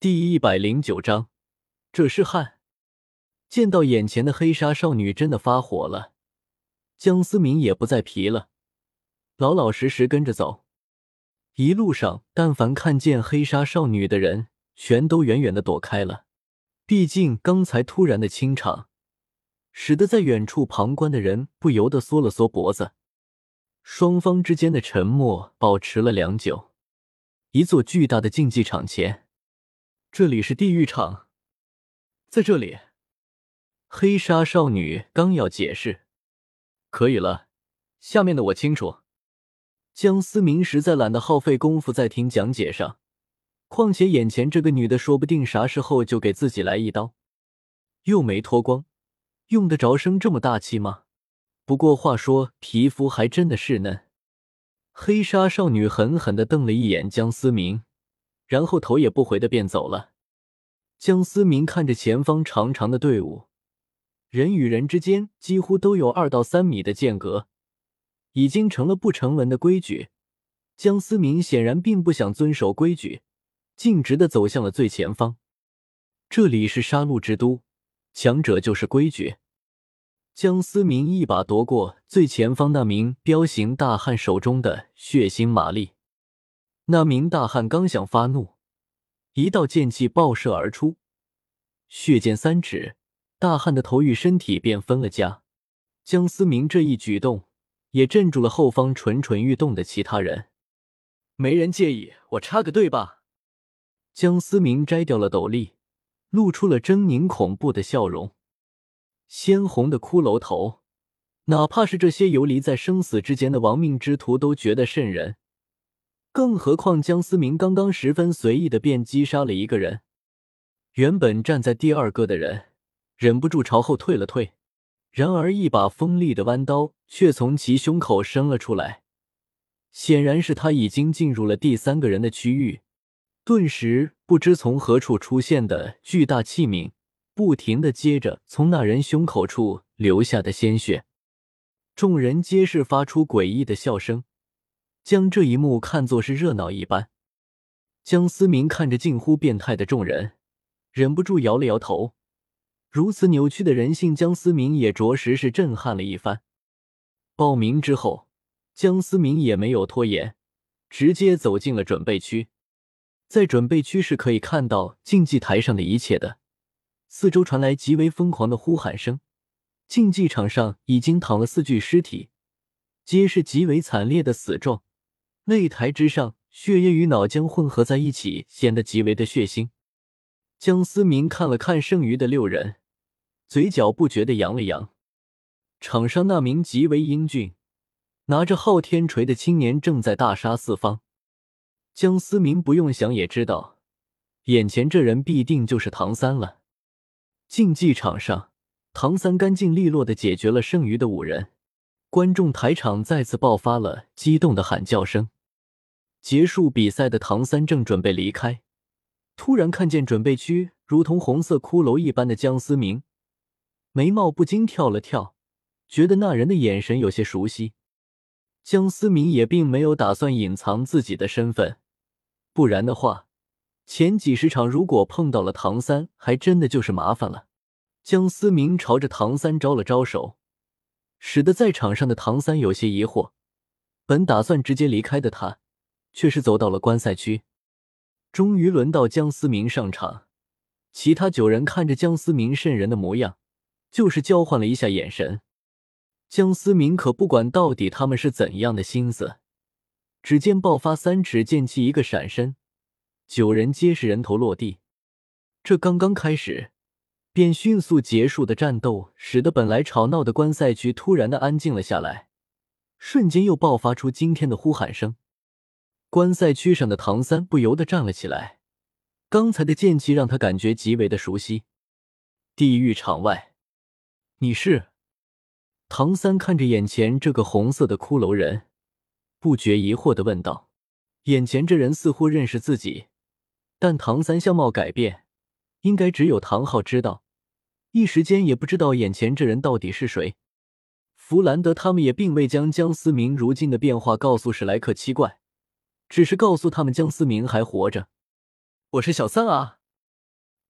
第109章，这是汉。见到眼前的黑纱少女真的发火了，江思明也不再皮了，老老实实跟着走。一路上但凡看见黑纱少女的人全都远远地躲开了，毕竟刚才突然的清场使得在远处旁观的人不由得缩了缩脖子。双方之间的沉默保持了良久。一座巨大的竞技场前，这里是地狱场，在这里。黑纱少女刚要解释，可以了，下面的我清楚。江思明实在懒得耗费功夫在听讲解上，况且眼前这个女的说不定啥时候就给自己来一刀，又没脱光，用得着生这么大气吗？不过话说，皮肤还真的是嫩。黑纱少女狠狠地瞪了一眼江思明，然后头也不回地便走了。江思明看着前方长长的队伍，人与人之间几乎都有2到3米的间隔，已经成了不成文的规矩。江思明显然并不想遵守规矩，径直地走向了最前方。这里是杀戮之都，强者就是规矩。江思明一把夺过最前方那名彪形大汉手中的血腥玛丽。那名大汉刚想发怒，一道剑气爆射而出，血溅3尺，大汉的头与身体便分了家。江思明这一举动也镇住了后方蠢蠢欲动的其他人。没人介意我插个队吧？江思明摘掉了斗笠，露出了狰狞恐怖的笑容。鲜红的骷髅头，哪怕是这些游离在生死之间的亡命之徒都觉得瘆人，更何况江思明刚刚十分随意的便击杀了一个人。原本站在第2个的人忍不住朝后退了退，然而一把锋利的弯刀却从其胸口伸了出来，显然是他已经进入了第3个人的区域。顿时不知从何处出现的巨大器皿不停地接着从那人胸口处流下的鲜血。众人皆是发出诡异的笑声，将这一幕看作是热闹一般。江思明看着近乎变态的众人，忍不住摇了摇头。如此扭曲的人性，江思明也着实是震撼了一番。报名之后，江思明也没有拖延，直接走进了准备区。在准备区是可以看到竞技台上的一切的，四周传来极为疯狂的呼喊声。竞技场上已经躺了4具尸体，皆是极为惨烈的死状，擂台之上血液与脑浆混合在一起，显得极为的血腥。江思明看了看剩余的6人，嘴角不觉地扬了扬。场上那名极为英俊拿着昊天锤的青年正在大杀四方。江思明不用想也知道，眼前这人必定就是唐三了。竞技场上，唐三干净利落地解决了剩余的5人，观众台场再次爆发了激动的喊叫声。结束比赛的唐三正准备离开，突然看见准备区如同红色骷髅一般的江思明，眉毛不禁跳了跳，觉得那人的眼神有些熟悉。江思明也并没有打算隐藏自己的身份，不然的话，前几十场如果碰到了唐三，还真的就是麻烦了。江思明朝着唐三招了招手，使得在场上的唐三有些疑惑，本打算直接离开的他，却是走到了观赛区。终于轮到江思明上场，其他9人看着江思明瘆人的模样，就是交换了一下眼神。江思明可不管到底他们是怎样的心思，只见爆发3尺剑气一个闪身，9人皆是人头落地。这刚刚开始便迅速结束的战斗，使得本来吵闹的观赛区突然的安静了下来，瞬间又爆发出惊天的呼喊声。观赛区上的唐三不由得站了起来，刚才的剑气让他感觉极为的熟悉。地狱场外，你是？唐三看着眼前这个红色的骷髅人，不觉疑惑地问道。眼前这人似乎认识自己，但唐三相貌改变，应该只有唐昊知道，一时间也不知道眼前这人到底是谁。弗兰德他们也并未将江思明如今的变化告诉史莱克7怪，只是告诉他们江思明还活着。我是小三啊。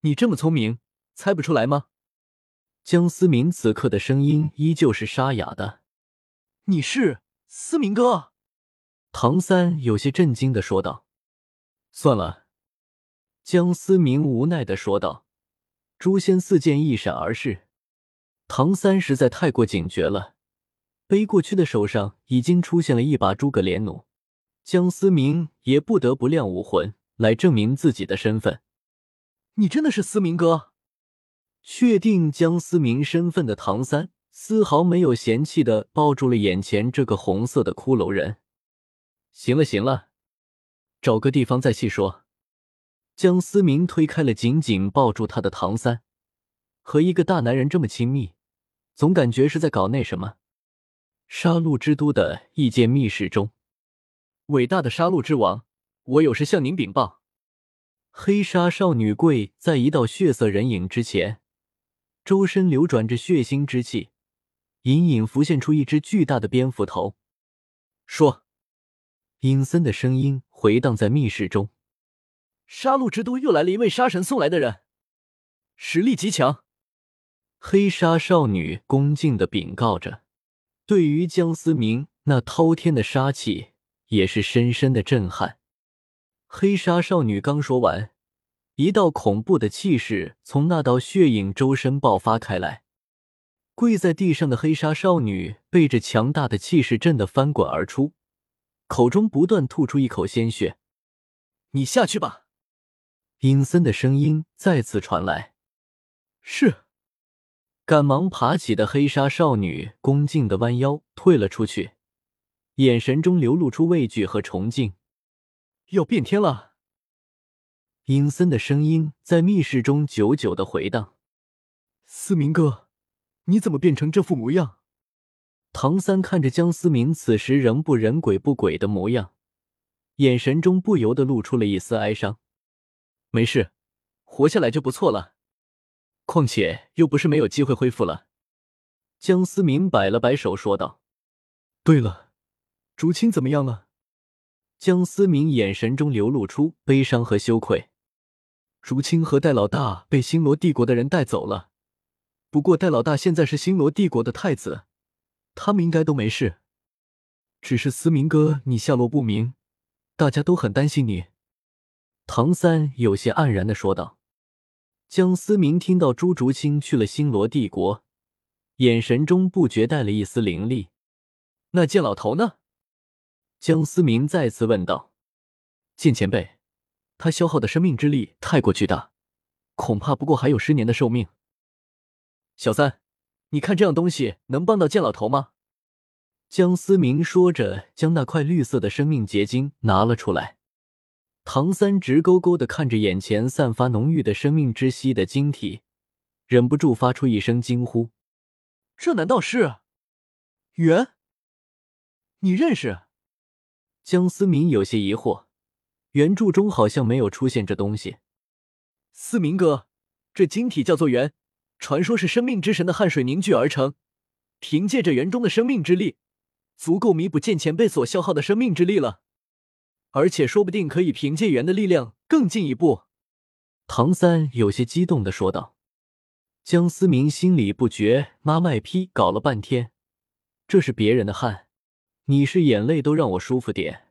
你这么聪明，猜不出来吗？ 江思明此刻的声音依旧是沙哑的。 你是思明哥？ 唐三有些震惊地说道。算了，江思明无奈地说道。诛仙四剑一闪而逝，唐三实在太过警觉了，背过去的手上已经出现了一把诸葛连弩，江思明也不得不亮武魂来证明自己的身份。 你真的是思明哥？ 确定江思明身份的唐三丝毫没有嫌弃地抱住了眼前这个红色的骷髅人。行了行了，找个地方再细说。江思明推开了紧紧抱住他的唐三，和一个大男人这么亲密，总感觉是在搞那什么。杀戮之都的一间密室中， 伟大的杀戮之王，我有事向您禀报。 黑纱少女跪在一道血色人影之前，周身流转着血腥之气，隐隐浮现出一只巨大的蝙蝠头。 说， 阴森的声音回荡在密室中。 杀戮之都又来了一位杀神送来的人，实力极强。 黑纱少女恭敬地禀告着，对于江思明那滔天的杀气也是深深的震撼。黑纱少女刚说完，一道恐怖的气势从那道血影周身爆发开来，跪在地上的黑纱少女被这强大的气势震得翻滚而出，口中不断吐出一口鲜血。 你下去吧。 阴森的声音再次传来。 是。 赶忙爬起的黑纱少女恭敬地弯腰退了出去，眼神中流露出畏惧和崇敬。 要变天了。 阴森的声音在密室中久久地回荡。 思明哥，你怎么变成这副模样？ 唐三看着江思明此时仍不人鬼不鬼的模样，眼神中不由得露出了一丝哀伤。 没事，活下来就不错了，况且又不是没有机会恢复了。 江思明摆了摆手说道。 对了，竹青怎么样了？ 江思明眼神中流露出悲伤和羞愧。 竹青和戴老大被星罗帝国的人带走了，不过戴老大现在是星罗帝国的太子，他们应该都没事。只是思明哥你下落不明，大家都很担心你。 唐三有些黯然地说道。江思明听到朱竹清去了星罗帝国，眼神中不觉带了一丝凌厉。 那剑老头呢？ 江思明再次问道。 剑前辈，他消耗的生命之力太过巨大，恐怕不过还有10年的寿命。小三，你看这样东西能帮到剑老头吗？ 江思明说着，将那块绿色的生命结晶拿了出来。唐三直勾勾地看着眼前散发浓郁的生命之息的晶体，忍不住发出一声惊呼。 这难道是元？你认识？ 江思明有些疑惑，原著中好像没有出现这东西。 思明哥，这晶体叫做元，传说是生命之神的汗水凝聚而成，凭借着元中的生命之力，足够弥补剑前辈所消耗的生命之力了。而且说不定可以凭借元的力量更进一步。 唐三有些激动地说道。江思明心里不觉妈卖批，搞了半天，这是别人的汗，你是眼泪都让我舒服点。